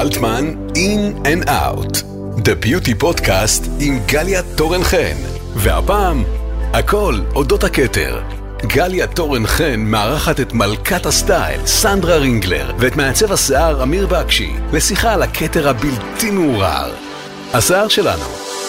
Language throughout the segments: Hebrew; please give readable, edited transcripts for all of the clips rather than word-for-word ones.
אלטמן, In and Out, The Beauty Podcast עם גליה תורן חן. והפעם, הכל אודות הכתר. גליה תורן חן מארחת את מלכת הסטייל, סנדרה רינגלר, ואת מעצב השיער אמיר בקשי, לשיחה על הכתר הבלתי מעורער. השיער שלנו.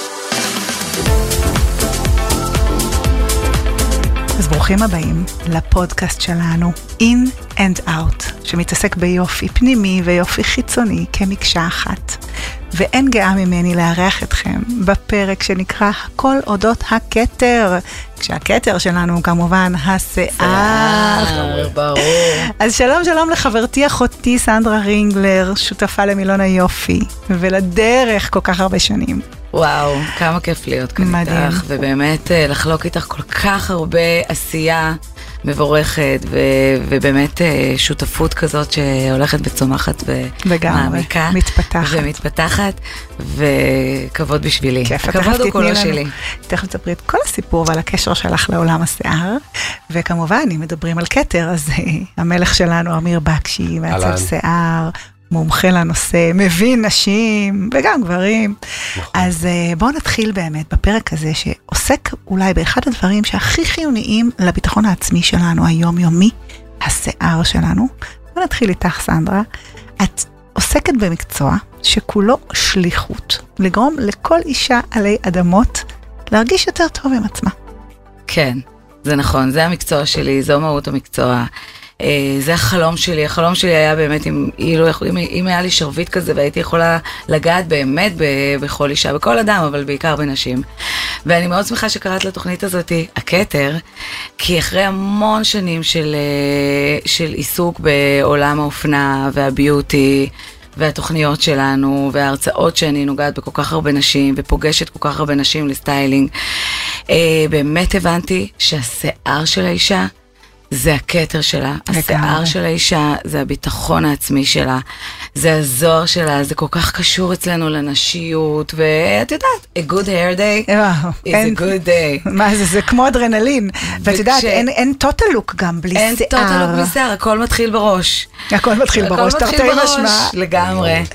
אז ברוכים הבאים לפודקאסט שלנו, In and Out, שמתעסק ביופי פנימי ויופי חיצוני כמקשה אחת. ואין גאה ממני לארח אתכם בפרק שנקרא הכל אודות הכתר, כשהכתר שלנו הוא כמובן השיער. ברור. אז שלום לחברתי אחותי סנדרה רינגלר, שותפה למילון היופי, ולדרך כל כך הרבה שנים. וואו, כמה כיף להיות כאן איתך, ובאמת לחלוק איתך כל כך הרבה עשייה מבורכת, ובאמת שותפות כזאת שהולכת וצומחת ומעמיקה. ומתפתחת, וכבוד בשבילי. כיף, הכבוד הוא כולו שלי. תכף תספרי את כל הסיפור ועל הקשר שלך לעולם השיער, וכמובן, אם מדברים על כתר, אז המלך שלנו, אמיר בקשי, מעצב שיער, מומחה לנושא, מבין נשים וגם גברים. אז בואו נתחיל באמת בפרק הזה שעוסק אולי באחד הדברים שהכי חיוניים לביטחון העצמי שלנו היומיומי, השיער שלנו. בואו נתחיל איתך סנדרה. את עוסקת במקצוע שכולו שליחות, לגרום לכל אישה עלי אדמות להרגיש יותר טוב עם עצמה. כן, זה נכון, זה המקצוע שלי, זו מהות המקצוע. זה החלום שלי היה באמת, אם היה לי שרביט כזה והייתי יכולה לגעת באמת בכל אישה, בכל אדם, אבל בעיקר בנשים. ואני מאוד שמחה שקראת לתוכנית הזאת, הכתר, כי אחרי המון שנים של עיסוק בעולם האופנה והביוטי, והתוכניות שלנו, וההרצאות שאני נוגעת בכל כך הרבה נשים, ופוגשת כל כך הרבה נשים לסטיילינג, באמת הבנתי שהשיער של האישה, זה הכתר שלה, השיער של האישה, זה הביטחון העצמי שלה, זה הזוהר שלה, זה כל כך קשור אצלנו לנשיות, ואת יודעת, a good hair day is a good day. מה זה כמו אדרנלין, ואת יודעת, אין total look גם בלי שיער. אין total look בלי שיער, הכל מתחיל בראש. הכל מתחיל בראש, תרתי משמע. לגמרי.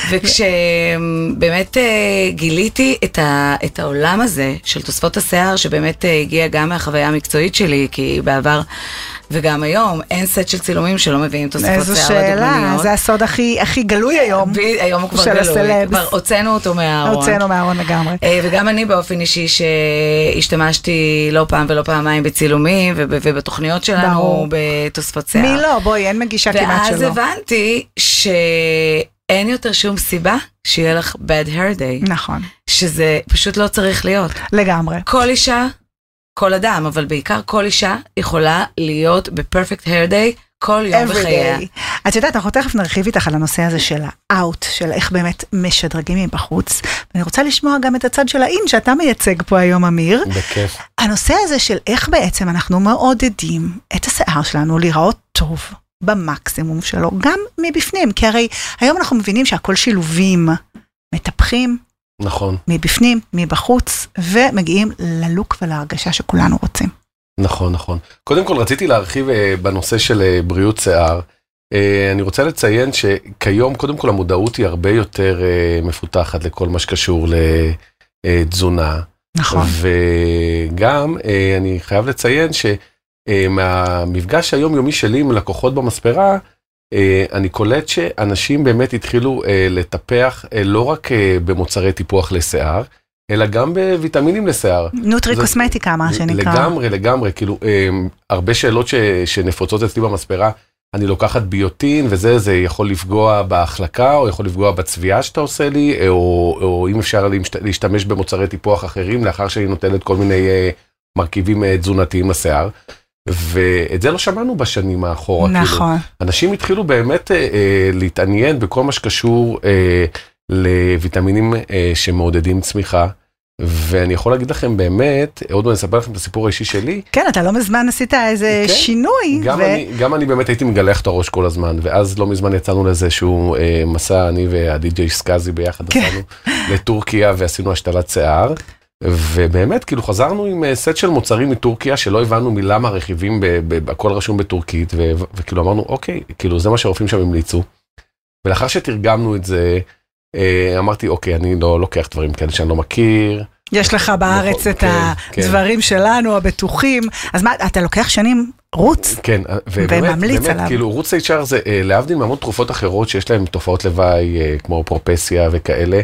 וכשבאמת גיליתי את העולם הזה של תוספות השיער, שבאמת הגיע גם מהחוויה המקצועית שלי, כי בעבר וגם היום אין סט של צילומים שלא מביאים תוספות שיער לדוגמניות. איזו שאלה, זה הסוד הכי גלוי היום. היום הוא כבר גלוי, כבר הוצאנו אותו מהארון. הוצאנו מהארון לגמרי. וגם אני באופן אישי שהשתמשתי לא פעם ולא פעמיים בצילומים, ובתוכניות שלנו בתוספות שיער. מי לא? בואי, אין מגישה כמעט שלא. ואז הבנתי אין יותר שום סיבה שיהיה לך bad hair day. נכון. שזה פשוט לא צריך להיות. לגמרי. כל אישה, כל אדם, אבל בעיקר כל אישה יכולה להיות ב-perfect hair day כל יום בחייה. את יודעת, אנחנו תכף נרחיב איתך על הנושא הזה של ה-out, של איך באמת משדרגים מבחוץ. ואני רוצה לשמוע גם את הצד של ה-in שאתה מייצג פה היום, אמיר. בכיף. הנושא הזה של איך בעצם אנחנו מעודדים את השיער שלנו לראות טוב. במקסימום שלו, גם מבפנים, כי הרי היום אנחנו מבינים שהכל שילובים, מטפחים, נכון. מבפנים, מבחוץ, ומגיעים ללוק ולהרגשה שכולנו רוצים. נכון. קודם כל רציתי להרחיב בנושא של בריאות שיער. אני רוצה לציין שכיום, קודם כל המודעות היא הרבה יותר מפותחת לכל מה שקשור לתזונה. נכון. וגם אני חייב לציין מהמפגש היומיומי שלי עם לקוחות במספרה, אני קולט שאנשים באמת התחילו לטפח לא רק במוצרי טיפוח לשיער, אלא גם בוויטמינים לשיער. נוטרי קוסמטיקה, מה שנקרא. לגמרי, כאילו, הרבה שאלות שנפוצות אצלי במספרה, אני לוקחת ביוטין, זה יכול לפגוע בהחלקה, או יכול לפגוע בצביעה שאתה עושה לי, או אם אפשר להשתמש במוצרי טיפוח אחרים, לאחר שאני נוטלת כל מיני מרכיבים תזונתיים לשיער. ואת זה לא שמענו בשנים האחורה. נכון. כאילו. אנשים התחילו באמת להתעניין בכל מה שקשור לויטמינים שמעודדים צמיחה, ואני יכול להגיד לכם באמת, עוד מעט אספר לכם את הסיפור האישי שלי. כן, אתה לא מזמן עשית איזה שינוי. גם אני באמת הייתי מגלח את הראש כל הזמן, ואז לא מזמן יצאנו לאיזשהו מסע, אני והדי.ג'יי סקאזי ביחד עשינו לטורקיה, ועשינו השתלת שיער. ובאמת, כאילו חזרנו עם סט של מוצרים מטורקיה, שלא הבנו מלמה הרכיבים, הכל רשום בטורקית, וכאילו אמרנו, אוקיי, כאילו זה מה שהרופאים שם המליצו. ולאחר שתרגמנו את זה, אמרתי, אוקיי, אני לא לוקח דברים כאלה שאני לא מכיר. יש לך בארץ את הדברים שלנו, הבטוחים. אז מה, אתה לוקח שנים רוץ? כן, וממליץ עליו. כאילו, רוץ HR זה להבדיל מהמון תרופות אחרות שיש להם תופעות לוואי, כמו פרופסיה וכאלה,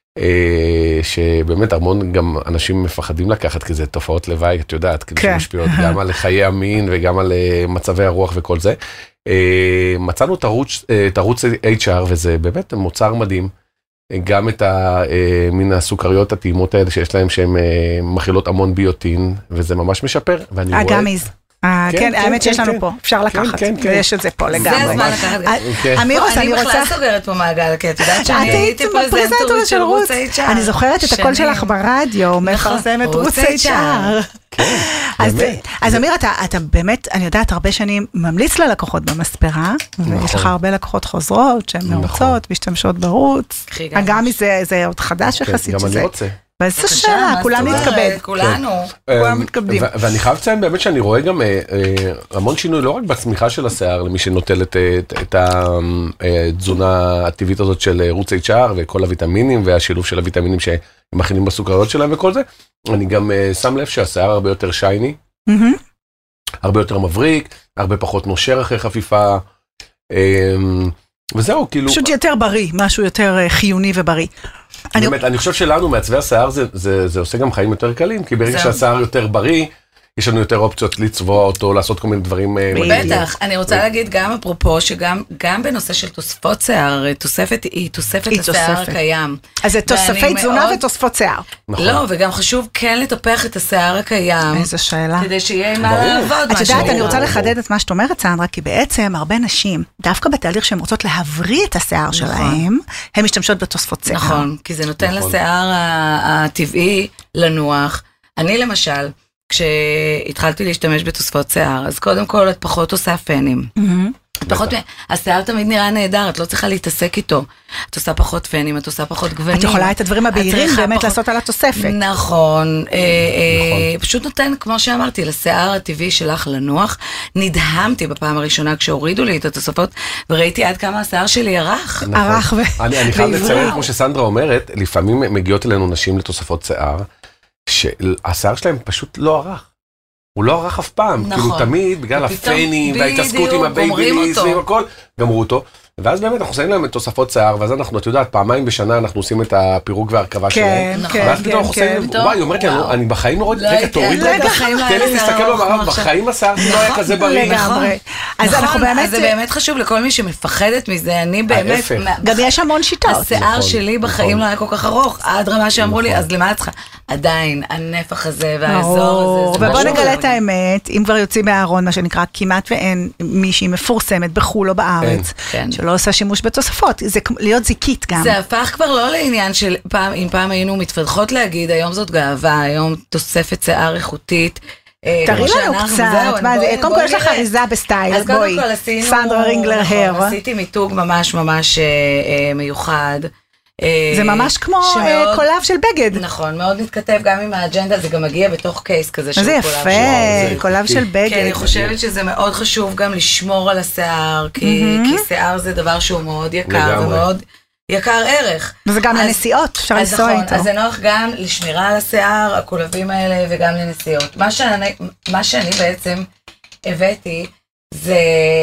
שבאמת המון גם אנשים מפחדים לקחת, כי זה תופעות לוואי, את יודעת, כאילו שמשפיעות גם על חיי המין וגם על מצבי הרוח וכל זה. מצאנו את ערוץ HR, וזה באמת מוצר מדהים. גם את מין הסוכריות הטעימות האלה שיש להם, שהן מכילות המון ביוטין, וזה ממש משפר. הגמיז. כן, האמת שיש לנו פה, אפשר לקחת, ויש את זה פה לגמרי. זה הזמן לקחת. אמירוס, אני רוצה... אני בכלל סוגרת פה מעגל, כי את יודעת שאני הייתי פרזנטורית של רוץ HR. אני זוכרת את הקול שלך ברדיו, מפרסמת רוץ HR. אז אמיר, אתה באמת, אני יודעת, הרבה שנים ממליץ ללקוחות במספרה, ויש לך הרבה לקוחות חוזרות, שהן מרוצות, משתמשות ברוץ. גם זה עוד חדש יחסית גם שזה. אני רוצה. וזו שאלה, כולם מתכבד. כולנו. כולם מתכבדים. ואני חייב לציין באמת שאני רואה גם המון שינוי, לא רק בצמיחה של השיער, למי שנוטל את התזונה הטבעית הזאת של רוץ HR, וכל הוויטמינים, והשילוב של הוויטמינים שמכינים בסוכריות שלהם וכל זה, אני גם שם לב שהשיער הרבה יותר שייני, הרבה יותר מבריק, הרבה פחות נושר אחרי חפיפה, וזהו, כאילו... פשוט יותר בריא, משהו יותר חיוני ובריא. באמת, אני חושב שלנו, מעצבי השיער, זה עושה גם חיים יותר קלים, כי ברגע שהשיער יותר בריא, יש לנו יותר אופציות לצבוע אותו, לעשות כל מיני דברים... בטח, אני רוצה להגיד גם אפרופו, שגם בנושא של תוספות שיער, תוספת היא תוספת השיער הקיים. אז זה תוספי תזונה ותוספות שיער. לא, וגם חשוב כן לטפח את השיער הקיים. איזו שאלה. כדי שיהיה מה לעבוד. את יודעת, אני רוצה לחדד את מה שאת אומרת, סנדרה, כי בעצם הרבה נשים, דווקא בתהליך שהן רוצות להבריא את השיער שלהם, הן משתמשות בתוספות שיער. נכון, כי זה נותן לשיער הטבעי לנוח. אני למשל, כשהתחלתי להשתמש בתוספות שיער, אז קודם כל את פחות עושה פנים. השיער תמיד נראה נהדר, את לא צריכה להתעסק איתו. את עושה פחות פנים, את עושה פחות גוונים. את יכולה את הדברים הבהירים באמת לעשות על התוספת. נכון. פשוט נותן, כמו שאמרתי, לשיער הטבעי שלך לנוח. נדהמתי בפעם הראשונה כשהורידו לי את התוספות, וראיתי עד כמה השיער שלי ירח. אני חייב לציין, כמו שסנדרה אומרת, לפעמים מגיעות אלינו נשים לתוספות שיער, שהשיער שלהם פשוט לא ערך. הוא לא ערך אף פעם, כאילו תמיד, בגלל הפיינים וההתעסקות עם הבייביליס ועם הכל, גמרו אותו. ואז באמת אנחנו עושים להם את תוספות שיער, ואז אנחנו, את יודעת, פעמיים בשנה אנחנו עושים את הפירוק והרכבה שלהם. ואז פתאום אנחנו עושים, וואי, היא אומרת לי, אני בחיים לא רואה, רגע, תוריד רגע, תן לי להסתכל במראה, בחיים השיער לא היה כזה בריא. אז אנחנו באמת... זה באמת חשוב לכל מי שמפחדת מזה, אני באמת... גם יש המון שיטות. השיער שלי בחיים לא היה כל כך ארוך, עד רמה שאמרו לי, אז למה את צריכה? עדיין, הנפח הזה והאזור הזה... ובוא נגלה את האמת, אם כבר יוצאים מהארון, מה שנקרא, כמעט ואין מישהי מפורסמת בחול או בארץ, שלא עושה שימוש בתוספות, זה להיות זיקית גם. זה הפך כבר לא לעניין של אם פעם היינו מתפתחות להגיד, היום זאת גאווה, היום תוספת שיער איכותית. תראי לנו קצת, קודם כל יש לך אריזה בסטייל, בואי, סנדרה רינגלר הר. עשיתי מיתוג ממש ממש מיוחד. זה ממש כמו קולב של בגד. נכון, מאוד מתכתב גם עם האג'נדה, זה גם מגיע בתוך קייס כזה של קולב. זה יפה, קולב של בגד. כי אני חושבת שזה מאוד חשוב גם לשמור על השיער, כי שיער זה דבר שהוא מאוד יקר ומאוד יקר ערך. וזה גם לנסיעות, אפשר לנסוע איתו. אז זה נוח גם לשמירה על השיער, הקולבים האלה וגם לנסיעות. מה שאני בעצם הבאתי זה...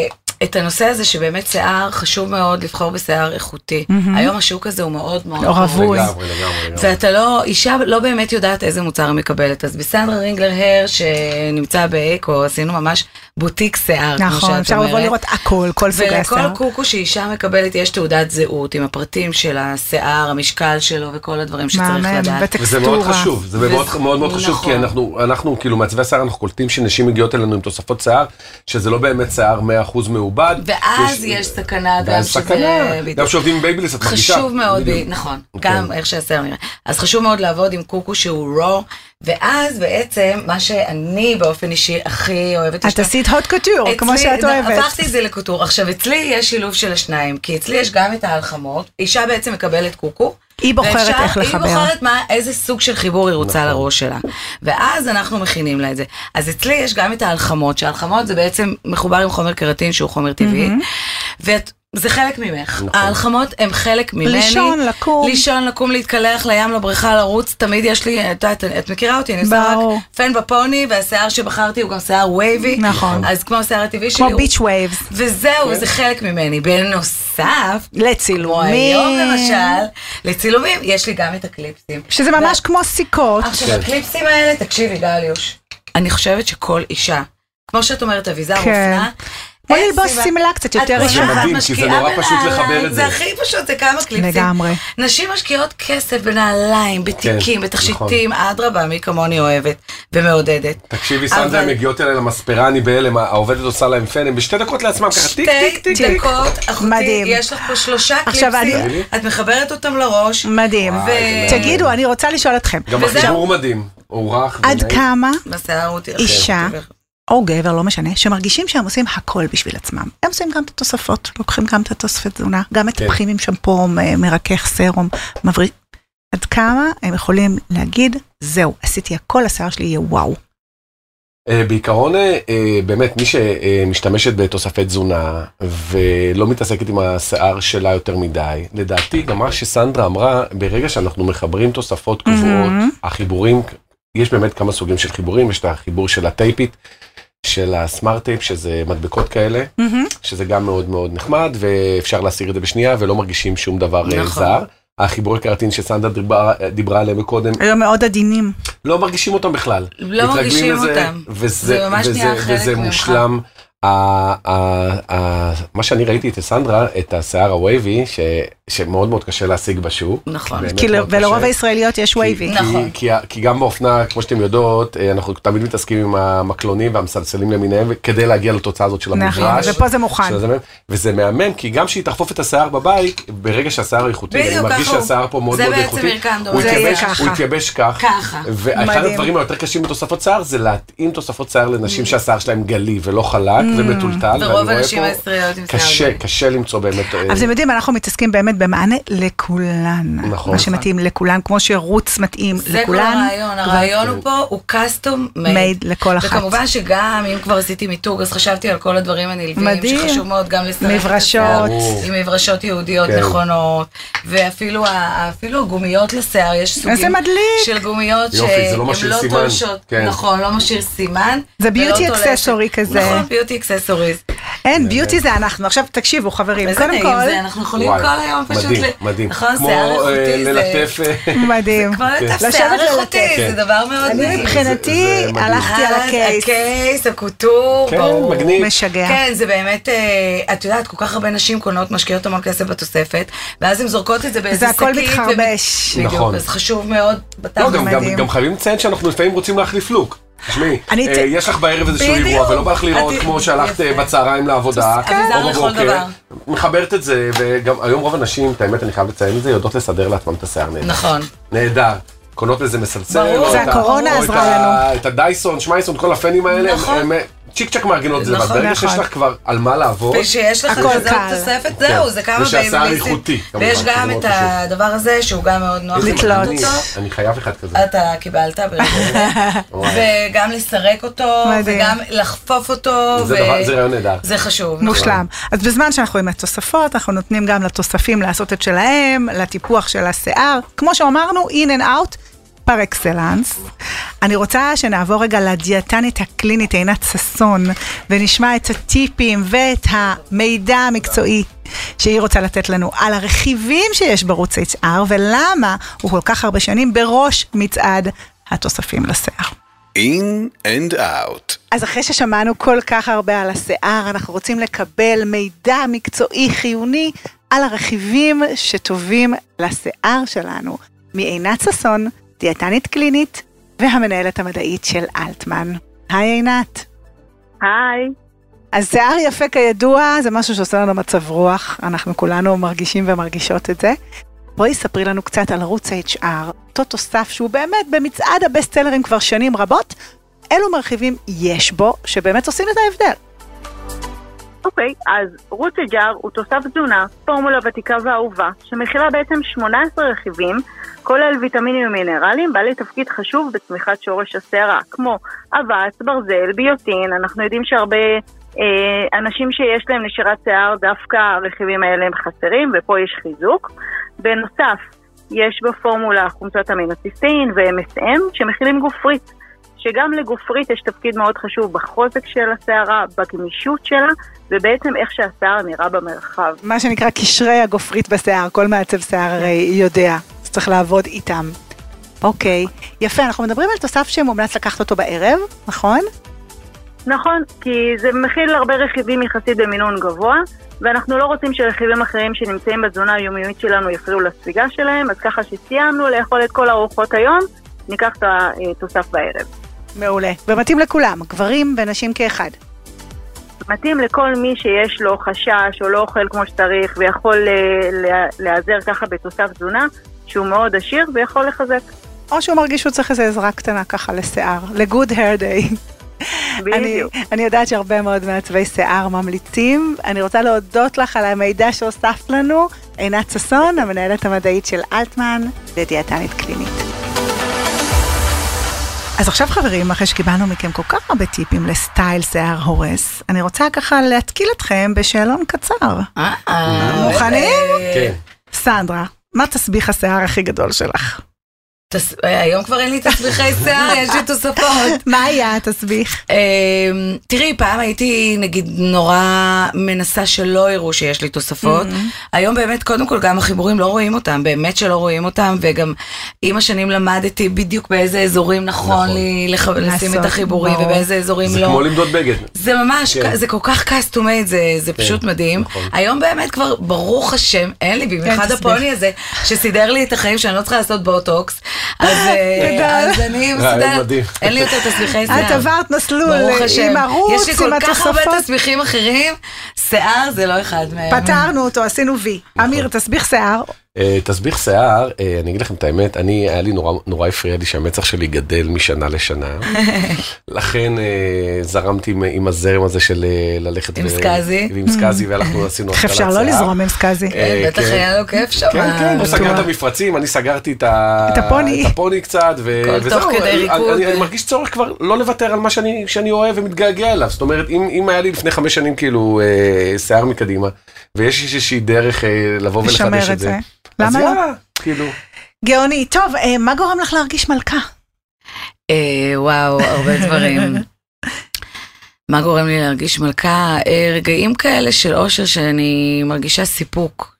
את הנושא הזה שבאמת שיער חשוב מאוד לבחור בשיער איכותי. היום השוק הזה הוא מאוד מאוד רווי. ואתה לא, אישה לא באמת יודעת איזה מוצר היא מקבלת. אז בסנדרה רינגלר הר שנמצא באקו, עשינו ממש בוטיק שיער. נכון, אפשר לבוא לראות הכל, כל סוגי השיער. ולכל קוקו שאישה מקבלת יש תעודת זהות עם הפרטים של השיער, המשקל שלו וכל הדברים שצריך לדעת. וזה מאוד חשוב, זה מאוד מאוד חשוב, כי אנחנו כאילו מעצבי השיער, אנחנו קולטים שנשים מגיעות אלינו עם תוספות שיער, שזה לא באמת שיער 100% מעובד. ואז יש סכנה גם שזה... גם שעובדים עם בייביליס, את מרגישה. חשוב מאוד, נכון, גם איך שהשיער נראה. אז חשוב מאוד לעבוד עם קוקו שהוא רו, ואז בעצם מה שאני באופן אישי הכי אוהבת... את עשית הוט קוטור, כמו שאת אוהבת. הפכתי את זה לקוטור. עכשיו אצלי יש שילוב של השניים, כי אצלי יש גם את ההלחמות, אישה בעצם מקבלת קוקו, היא בוחרת איך לחבר. היא בוחרת איזה סוג של חיבור היא רוצה לראש שלה. ואז אנחנו מכינים לה את זה. אז אצלי יש גם את ההלחמות, שההלחמות זה בעצם מחובר עם חומר קרטין שהוא חומר טבעי, זה חלק ממך. ההלחמות הם חלק ממני. לישון, לקום, להתקלח, לים, לבריכה, לרוץ, תמיד יש לי, את מכירה אותי, אני עושה רק פן בפוני, והשיער שבחרתי הוא גם שיער וייבי. נכון. אז כמו השיער הטבעי שלי. כמו ביץ' וייבס. וזהו, זה חלק ממני. בנוסף, לצילומים. היום למשל, לצילומים, יש לי גם את הקליפסים. שזה ממש כמו סיכות. עכשיו, הקליפסים האלה, תקשיבי, גליוש. אני חושבת שכל אישה, כמו שאת אומרת, אביזר אופנה, בוא ללבוש שמלה קצת יותר ראשונה. זה מדהים, כי זה נורא פשוט לחבר את זה. זה הכי פשוט, זה כמה קליפסים. לגמרי. נשים משקיעות כסף בנעליים, בתיקים, בתכשיטים, אדרבה, מי כמוני אוהבת ומעודדת. תקשיבי, סנדרה, מגיעות אליי למספרה, אני בהלם, העובדת עושה להם פן, הם בשתי דקות לעצמם, ככה טיק, טיק, טיק. 2 דקות, אחותי, יש לך פה 3 קליפסים, את מחברת אותם לראש. מדהים. תגידו, אני רוצה לשאול אתכם. גם החיבור מדהים, אורח. עד כמה אישה או גבר, לא משנה, שמרגישים שהם עושים הכל בשביל עצמם. הם עושים גם את התוספות, לוקחים גם את התוספת תזונה, גם מטפחים עם שמפו, מרכך, סרום, מבריק. עד כמה הם יכולים להגיד, זהו, עשיתי הכל, השיער שלי יהיה וואו. בעיקרון, באמת, מי שמשתמשת בתוספי תזונה, ולא מתעסקת עם השיער שלה יותר מדי, לדעתי, גם מה שסנדרה אמרה, ברגע שאנחנו מחברים תוספות קבועות, החיבורים, יש באמת כמה סוגים של חיבורים, יש את החיבור של הטייפית, של הסמארט טייפ, שזה מדבקות כאלה, שזה גם מאוד מאוד נחמד, ואפשר להסיר את זה בשנייה, ולא מרגישים שום דבר זר. החיבורי קרטין שסנדרה דיברה עליהם מקודם. היו מאוד עדינים. לא מרגישים אותם בכלל. לא מרגישים אותם. זה ממש נהיה חלק ממך. וזה מושלם. מה שאני ראיתי את סנדרה, את השיער הווייבי, שמאוד מאוד קשה להשיג בשוק. נכון. ולרוב הישראליות יש ווייבי. נכון. כי גם באופנה, כמו שאתם יודעות, אנחנו תמיד מתעסקים עם המקלונים והמסלסלים למיניהם, כדי להגיע לתוצאה הזאת של המגרש. נכון, ופה זה מוכן. וזה מהמם, כי גם שהיא תחפוף את השיער בבית, ברגע שהשיער איכותי, אני מרגיש שהשיער פה מאוד מאוד איכותי, הוא יתייבש ככה. ואחד הדברים היותר קשים בתוספות שיער, זה להתאים תוספות שיער לנשים שהשיער שלהם גלי ולא חלק ומטולטל. ורוב האנשים הישראליות עם שיער. קשה למצוא באמת. אבל אתם יודעים, אנחנו מתעסקים באמת במענה לכולן. מה שמתאים לכולן, כמו שרוץ מתאים לכולן. זה כל הרעיון. הרעיון הוא פה, הוא קסטום מייד לכל אחת. וכמובן שגם אם כבר עשיתי מיתוג, אז חשבתי על כל הדברים הנלווים, שחשוב מאוד גם לסרח את השיער. עם מברשות יהודיות נכונות, ואפילו הגומיות לשיער, יש סוגים של גומיות שהן לא תולשות. נכון, לא משאיר סימן. זה ביוטי אקססורי כזה. נכון, ביוטי אקססוריז. אין, ביוטי זה אנחנו. עכשיו תקשיבו חברים, קודם כל. אנחנו יכולים כל היום פשוט מדהים. נכון, שיער איכותי זה... ללטף. מדהים. זה כמו לטף שיער איכותי, זה דבר מאוד מדהים. אני מבחינתי הלכתי על הקייס. הקייס, הקוטור, ברור. משגע. כן, זה באמת, את יודעת, כל כך הרבה נשים קונות, משקיעות המון כסף בתוספת, ואז הן זורקות את זה באיזה שקית. זה הכל מתחרבש. בדיוק, אז חשוב מאוד. גם חייבים לציין שאנחנו לפעמים רוצים להחליף לוק. תשמעי, יש לך בערב איזשהו אירוע, ולא בא לך לראות כמו שהלכת בצהריים לעבודה, או בבוקר, מחברת את זה, וגם היום רוב הנשים, את האמת אני חייב לציין את זה, יודעות לסדר לעצמם את השיער נהדר. נכון. נהדר. קונות לזה מסלסל, זה הקורונה עזרה לנו. את הדייסון, שמייסון, כל הפנים האלה, צ'יק צ'ק מארגנות את זה, ברגע שיש לך כבר על מה לעבוד, ושיש לך כזאת תוספת, זהו, זה כמה בייבליסטים, ויש גם את הדבר הזה שהוא גם מאוד נוח לתלות. אני חייב אחד כזה. אתה קיבלת, וגם לסרק אותו, וגם לחפוף אותו, זה רעיון נהדר. זה חשוב. מושלם. אז בזמן שאנחנו עם התוספות, אנחנו נותנים גם לתוספים לעשות את שלהם, לטיפוח של השיער, כמו שאמרנו, in and out, פר אקסלנס. אני רוצה שנעבור רגע לדיאטנית הקלינית עינת ששון, ונשמע את הטיפים ואת המידע המקצועי שהיא רוצה לתת לנו על הרכיבים שיש בערוץ HR, ולמה הוא כל כך הרבה שנים בראש מצעד התוספים לשיער. In and out. אז אחרי ששמענו כל כך הרבה על השיער, אנחנו רוצים לקבל מידע מקצועי חיוני על הרכיבים שטובים לשיער שלנו, מעינת ששון, דיאטנית קלינית והמנהלת המדעית של אלטמן. היי עינת. היי. אז שיער יפה כידוע זה משהו שעושה לנו מצב רוח, אנחנו כולנו מרגישים ומרגישות את זה. בואי ספרי לנו קצת על ערוץ HR, אותו תוסף שהוא באמת במצעד הבסט-סלרים כבר שנים רבות, אילו מרכיבים יש בו שבאמת עושים את ההבדל? אוקיי, אז ערוץ HR הוא תוסף תזונה, פורמולה ותיקה ואהובה, שמכילה בעצם 18 רכיבים, כולל ויטמינים ומינרלים, בעלי תפקיד חשוב בצמיחת שורש השערה, כמו אבץ, ברזל, ביוטין, אנחנו יודעים שהרבה אנשים שיש להם נשירת שיער, דווקא הרכיבים האלה הם חסרים, ופה יש חיזוק. בנוסף, יש בפורמולה חומצות אמינו-ציסטין ו-MSM שמכילים גופרית, שגם לגופרית יש תפקיד מאוד חשוב בחוזק של השערה, בגמישות שלה, ובעצם איך שהשיער נראה במרחב. מה שנקרא קשרי הגופרית בשיער, כל מעצב שיער הרי יודע, צריך לעבוד איתם. אוקיי, יפה, אנחנו מדברים על תוסף שמומלץ לקחת אותו בערב, נכון? נכון, כי זה מכיל הרבה רכיבים יחסית במינון גבוה, ואנחנו לא רוצים שרכיבים אחרים שנמצאים בתזונה היומיומית שלנו יפריעו לספיגה שלהם, אז ככה שסיימנו לאכול את כל הארוחות היום, ניקח את התוסף בערב. מעולה, ומתאים לכולם, גברים ונשים כאחד. מתאים לכל מי שיש לו חשש או לא אוכל כמו שצריך, ויכול להיעזר ככה בתוסף תזונה, שהוא מאוד עשיר ויכול לחזק. או שהוא מרגיש שהוא צריך איזו עזרה קטנה ככה לשיער, ל-good hair day. אני יודעת שהרבה מאוד מעצבי שיער ממליצים. אני רוצה להודות לך על המידע שהוספת לנו. עינת ששון, המנהלת המדעית של אלטמן, ודיאטנית קלינית. אז עכשיו חברים, אחרי שקיבלנו מכם כל כך הרבה טיפים לסטייל שיער הורס, אני רוצה ככה להתקיל אתכם בשאלון קצר. מוכנים? כן. סנדרה, מה תסביך השיער הכי גדול שלך? היום כבר אין לי תסביכי שיער, יש לי תוספות. מה היה התסביך? תראי, פעם הייתי נגיד נורא מנסה שלא יראו שיש לי תוספות. היום באמת, קודם כל, גם החיבורים לא רואים אותם, באמת שלא רואים אותם, וגם עם השנים למדתי בדיוק באיזה אזורים נכון לי לשים את החיבורים, ובאיזה אזורים לא. זה כמו למדוד בגד. זה ממש, זה כל כך custom made, זה פשוט מדהים. היום באמת כבר, ברוך השם, אין לי, במיוחד הפוני הזה, שסידר לי את החיים שאני לא צריכה לעשות בוטוקס, אז אני מסודר, אין לי יותר תסביכי שיער. את עברת מסלול עם ערוץ, יש לי כל כך הרבה תסביכים אחרים, שיער זה לא אחד מהם. פתרנו אותו, עשינו וי. אמיר, תסביך שיער. תסביך שיער, אני אגיד לכם את האמת, היה לי נורא הפריע לי שהמצח שלי גדל משנה לשנה, לכן זרמתי עם הזרם הזה של ללכת עם סקאזי, ועם סקאזי, והלכנו עשינו איך אפשר לא לזרום עם סקאזי? בטח היה לו כיף שם. כן, הוא סגר את המפרצים, אני סגרתי את הפוני קצת, וזהו, אני מרגיש צורך כבר לא לוותר על מה שאני אוהב ומתגעגע אליו, זאת אומרת, אם היה לי לפני 5 שנים כאילו שיער מקדימה, ויש איזושהי דרך לבוא ולחדש את זה. למה לא? כאילו. גאוני, טוב, מה גורם לך להרגיש מלכה? וואו, הרבה דברים. מה גורם לי להרגיש מלכה? רגעים כאלה של אושר שאני מרגישה סיפוק,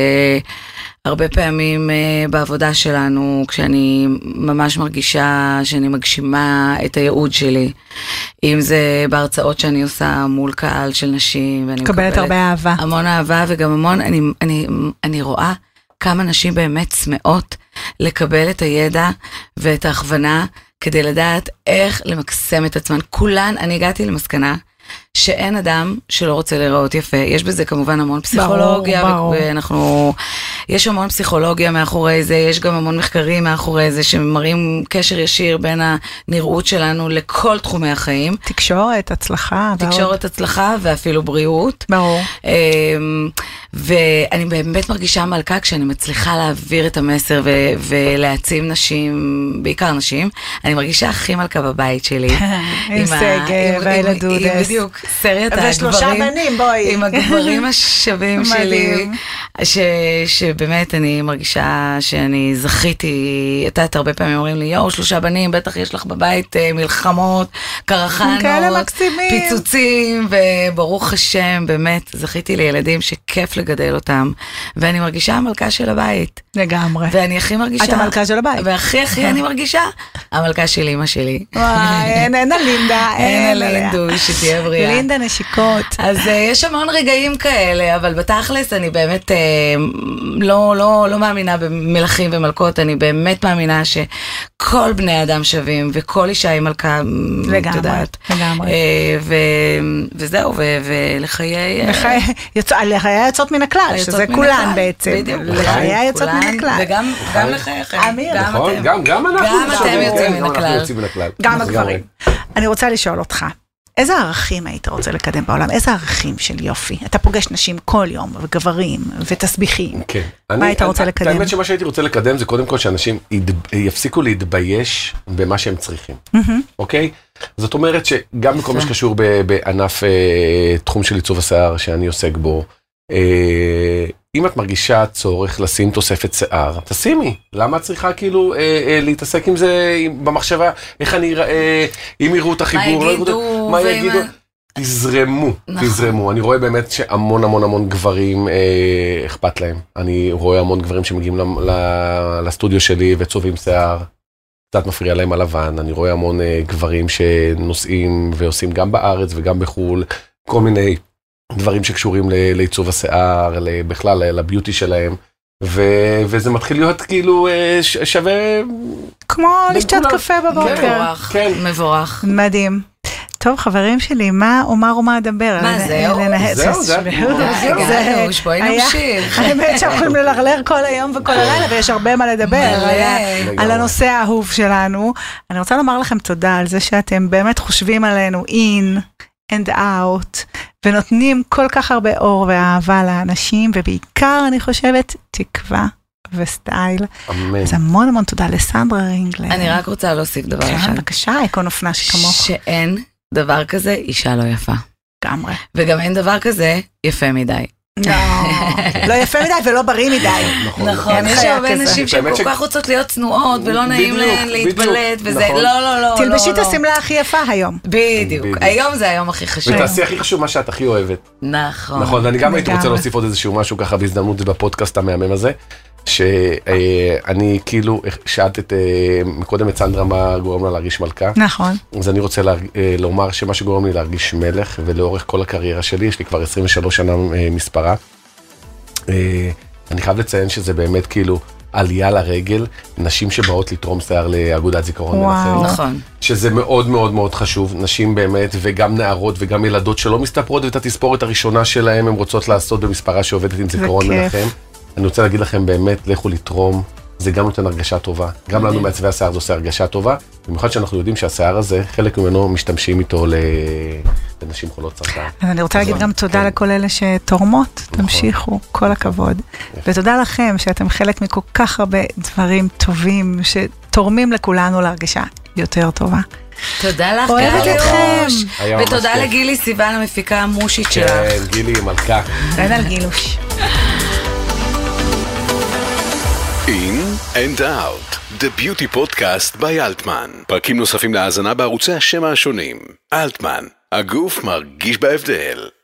שהרבה פעמים בעבודה שלנו, כשאני ממש מרגישה שאני מגשימה את הייעוד שלי, אם זה בהרצאות שאני עושה מול קהל של נשים, ואני מקבלת הרבה אהבה. המון אהבה, וגם המון, אני רואה כמה נשים באמת צמאות לקבל את הידע ואת ההכוונה, כדי לדעת איך למקסם את עצמן. כולן, אני הגעתי למסקנה, שאין אדם שלא רוצה להיראות יפה. יש בזה כמובן המון פסיכולוגיה, ואנחנו, יש המון פסיכולוגיה מאחורי זה, יש גם המון מחקרים מאחורי זה, שמראים קשר ישיר בין הנראות שלנו לכל תחומי החיים. תקשורת, הצלחה. תקשורת, הצלחה, ואפילו בריאות. ברור. ואני באמת מרגישה מלכה כשאני מצליחה להעביר את המסר ולהעצים נשים, בעיקר נשים. אני מרגישה הכי מלכה בבית שלי. עם סגר והילדודס. בדיוק, סרט הגברים, עם הגברים השווים שלי, שבאמת אני מרגישה שאני זכיתי, את הרבה פעמים אומרים לי, 3 בנים, בטח יש לך בבית מלחמות, קרחנות, פיצוצים, וברוך השם, באמת זכיתי לילדים שכיף לגדל אותם, ואני מרגישה המלכה של הבית. לגמרי. ואני הכי מרגישה. את המלכה של הבית. והכי אני מרגישה, המלכה של אמא שלי. וואי, אין הלינדה. אין הלינדו, שתהיה בריאה. לינדה נשיקות. אז יש המון רגעים כאלה, אבל בתכלס אני באמת לא מאמינה במלכים ומלכות, אני באמת מאמינה שכל בני אדם שווים, וכל אישה היא מלכה, לגמרי. וזהו, ולחיי... לחיי יוצאות מן הכלל, שזה כולן בעצם. לחיי יוצאות מן הכלל. וגם לחייכם. נכון, גם אנחנו. גם אתם יוצאים מן הכלל. גם הגברים. אני רוצה לשאול אותך, איזה ערכים היית רוצה לקדם בעולם? איזה ערכים של יופי? אתה פוגש נשים כל יום, וגברים, ותסביכים. כן. מה היית רוצה לקדם? האמת שמה שהייתי רוצה לקדם זה קודם כל שאנשים יפסיקו להתבייש במה שהם צריכים. אוקיי? זאת אומרת שגם בכל מה שקשור בענף תחום של עיצוב השיער שאני עוסק בו, אם את מרגישה צורך לשים תוספת שיער, תשימי. למה את צריכה כאילו להתעסק עם זה במחשבה? איך אני אראה, אם יראו את החיבור, מה יגידו? תזרמו. אני רואה באמת שהמון המון המון גברים אכפת להם. אני רואה המון גברים שמגיעים לסטודיו שלי וצובעים שיער. קצת מפריע להם הלבן. אני רואה המון גברים שנוסעים ועושים גם בארץ וגם בחול, כל מיני דברים שקשורים לעיצוב השיער, בכלל לביוטי שלהם, וזה מתחיל להיות כאילו שווה... כמו לשתות קפה בבוקר. כן, מבורך. מדהים. טוב, חברים שלי, מה אומר ומה אדבר? מה, זהו? בואי נמשיך. האמת שאנחנו יכולים ללרלר כל היום וכל הלילה, ויש הרבה מה לדבר על הנושא האהוב שלנו. אני רוצה לומר לכם תודה על זה שאתם באמת חושבים עלינו in and out, ונותנים כל כך הרבה אור ואהבה לאנשים, ובעיקר אני חושבת תקווה וסטייל. אמן. אז המון המון תודה לסנדרה רינגלר. אני רק רוצה להוסיף דבר אחד. כן, בבקשה, איקון אופנה שכמוך. שאין דבר כזה אישה לא יפה. גמרי. וגם אין דבר כזה יפה מדי. לא יפה מדי ולא בריא מדי. נכון, יש הרבה נשים שהן כל כך רוצות להיות צנועות ולא נעים להן להתבלט וזה, לא. תלבשי את השמלה הכי יפה היום. בדיוק, היום זה היום הכי חשוב. ותעשי הכי חשוב מה שאת הכי אוהבת. נכון. נכון, ואני גם הייתי רוצה להוסיף עוד איזשהו משהו ככה בהזדמנות בפודקאסט המהמם הזה, שאני כאילו שאלת את מקודם את סנדרה מה גורם לה להרגיש מלכה. נכון. אז אני רוצה לומר שמה שגורם לי להרגיש מלך, ולאורך כל הקריירה שלי, יש לי כבר 23 שנה מספרה, אני חייב לציין שזה באמת כאילו עלייה לרגל, נשים שבאות לתרום שיער לאגודת זיכרון מנחם. נכון. שזה מאוד מאוד מאוד חשוב, נשים באמת, וגם נערות וגם ילדות שלא מסתפרות, ואת התספורת הראשונה שלהם הן רוצות לעשות במספרה שעובדת עם זיכרון מנחם. אני רוצה להגיד לכם באמת, לכו לתרום, זה גם נותן הרגשה טובה. גם לנו מעצבי השיער זה עושה הרגשה טובה, במיוחד שאנחנו יודעים שהשיער הזה, חלק ממנו משתמשים איתו לנשים חולות סרטן. אז אני רוצה להגיד גם תודה לכל אלה שתורמות, תמשיכו, כל הכבוד. ותודה לכם שאתם חלק מכל כך הרבה דברים טובים, שתורמים לכולנו להרגשה יותר טובה. תודה לך, אוהבת אתכם. ותודה לגילי סיוון, המפיקה המושית שלך. כן, גילי מלכה. אין על גילוש. In and Out, The Beauty Podcast by אלטמן. פרקים נוספים להאזנה בערוצי השם השונים. אלטמן, הגוף מרגיש בהבדל.